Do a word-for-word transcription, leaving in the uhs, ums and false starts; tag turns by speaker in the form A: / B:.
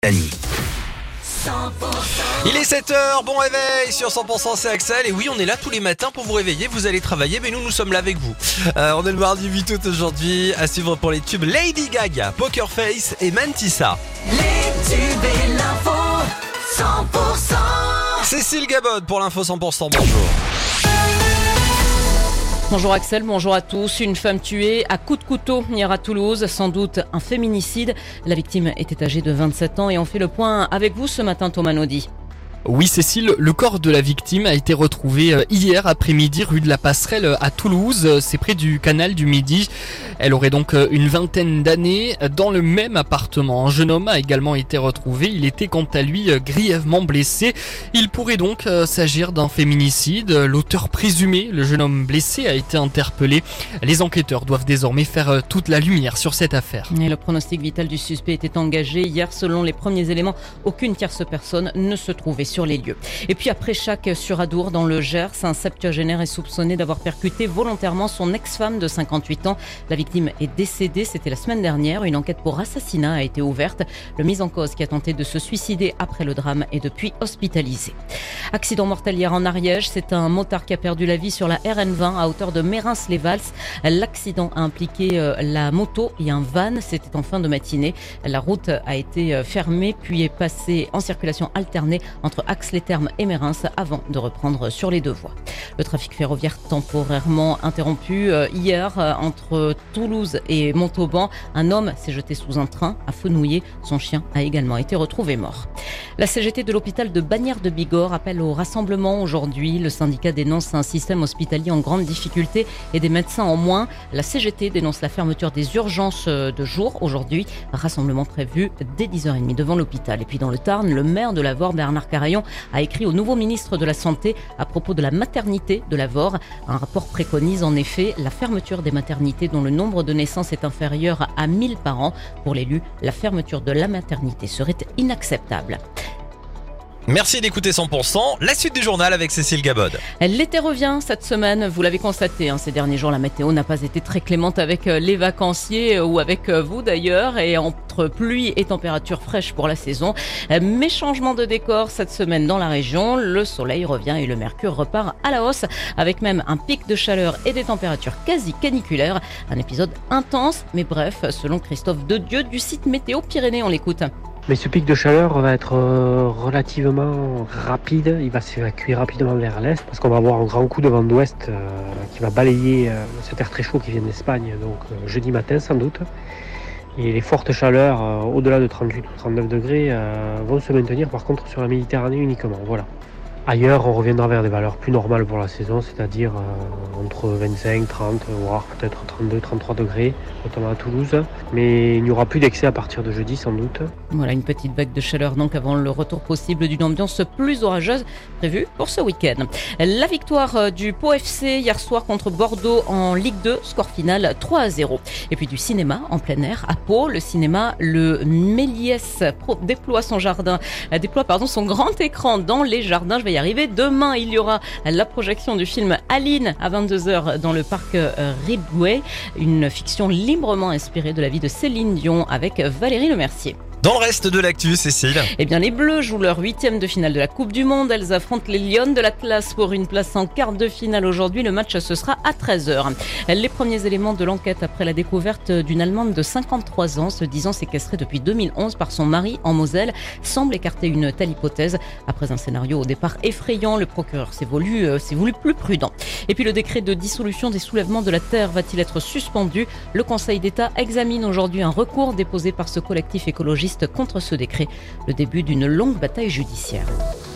A: Dany.
B: Il est sept heures, bon réveil sur cent pour cent, c'est Axel. Et oui, on est là tous les matins pour vous réveiller. Vous allez travailler, mais nous, nous sommes là avec vous. Euh, on est le mardi huit août aujourd'hui. À suivre pour les tubes Lady Gaga, Poker Face et Mantissa.
C: Les tubes et l'info cent pour cent.
B: Cécile Gabod pour l'info cent pour cent, bonjour.
D: Bonjour Axel, bonjour à tous. Une femme tuée à coups de couteau hier à Toulouse, sans doute un féminicide. La victime était âgée de vingt-sept ans et on fait le point avec vous ce matin, Thomas Naudy.
E: Oui Cécile, le corps de la victime a été retrouvé hier après-midi rue de la Passerelle à Toulouse, c'est près du canal du Midi. Elle aurait donc une vingtaine d'années dans le même appartement. Un jeune homme a également été retrouvé, il était quant à lui grièvement blessé. Il pourrait donc s'agir d'un féminicide. L'auteur présumé, le jeune homme blessé, a été interpellé. Les enquêteurs doivent désormais faire toute la lumière sur cette affaire.
D: Et le pronostic vital du suspect était engagé. Hier, selon les premiers éléments, aucune tierce personne ne se trouvait sur les lieux. Et puis après Chac sur Adour dans le Gers, un septuagénaire est soupçonné d'avoir percuté volontairement son ex-femme de cinquante-huit ans. La victime est décédée, c'était la semaine dernière. Une enquête pour assassinat a été ouverte. Le mis en cause qui a tenté de se suicider après le drame est depuis hospitalisé. Accident mortel hier en Ariège, c'est un motard qui a perdu la vie sur la R N vingt à hauteur de Mérins-les-Vals. L'accident a impliqué la moto et un van, c'était en fin de matinée. La route a été fermée puis est passée en circulation alternée entre Ax-les-Thermes et Mérins avant de reprendre sur les deux voies. Le trafic ferroviaire temporairement interrompu hier entre Toulouse et Montauban. Un homme s'est jeté sous un train à Fenouillet. Son chien a également été retrouvé mort. La C G T de l'hôpital de Bagnères de Bigorre appelle au rassemblement aujourd'hui. Le syndicat dénonce un système hospitalier en grande difficulté et des médecins en moins. La C G T dénonce la fermeture des urgences de jour aujourd'hui. Rassemblement prévu dès dix heures trente devant l'hôpital. Et puis dans le Tarn, le maire de Lavore, Bernard Carayon, a écrit au nouveau ministre de la Santé à propos de la maternité de Lavore. Un rapport préconise en effet la fermeture des maternités dont le nombre de naissances est inférieur à mille par an. Pour l'élu, la fermeture de la maternité serait inacceptable.
B: Merci d'écouter cent pour cent. La suite du journal avec Cécile Gabod.
D: L'été revient cette semaine, vous l'avez constaté. Hein, ces derniers jours, la météo n'a pas été très clémente avec les vacanciers ou avec vous d'ailleurs. Et entre pluie et température fraîche pour la saison. Mais changement de décor cette semaine dans la région. Le soleil revient et le mercure repart à la hausse. Avec même un pic de chaleur et des températures quasi caniculaires. Un épisode intense, mais bref, selon Christophe Dedieu du site Météo Pyrénées, on l'écoute.
F: Mais ce pic de chaleur va être relativement rapide, il va s'évacuer rapidement vers l'est parce qu'on va avoir un grand coup de vent d'ouest euh, qui va balayer euh, cet air très chaud qui vient d'Espagne, donc euh, jeudi matin sans doute. Et les fortes chaleurs euh, au-delà de trente-huit ou trente-neuf degrés euh, vont se maintenir par contre sur la Méditerranée uniquement. Voilà. Ailleurs, on reviendra vers des valeurs plus normales pour la saison, c'est-à-dire euh, entre vingt-cinq, trente, voire peut-être trente-deux, trente-trois degrés, notamment à Toulouse. Mais il n'y aura plus d'excès à partir de jeudi sans doute.
D: Voilà, une petite vague de chaleur donc avant le retour possible d'une ambiance plus orageuse prévue pour ce week-end. La victoire du Pau F C hier soir contre Bordeaux en Ligue deux, score final trois à zéro. Et puis du cinéma en plein air à Pau, le cinéma Le Méliès déploie son jardin, déploie pardon son grand écran dans les jardins. Je vais y arriver. Demain, il y aura la projection du film Aline à vingt-deux heures dans le parc Ridgeway, une fiction librement inspirée de la vie de Céline Dion avec Valérie Lemercier.
B: Dans le reste de l'actu, Cécile.
D: Eh bien, les Bleus jouent leur huitième de finale de la Coupe du Monde. Elles affrontent les Lions de l'Atlas pour une place en quart de finale aujourd'hui. Le match, ce sera à treize heures. Les premiers éléments de l'enquête après la découverte d'une Allemande de cinquante-trois ans se disant séquestrée depuis deux mille onze par son mari en Moselle semblent écarter une telle hypothèse. Après un scénario au départ effrayant, le procureur s'est voulu, euh, s'est voulu plus prudent. Et puis le décret de dissolution des soulèvements de la terre va-t-il être suspendu ? Le Conseil d'État examine aujourd'hui un recours déposé par ce collectif écologiste contre ce décret, le début d'une longue bataille judiciaire.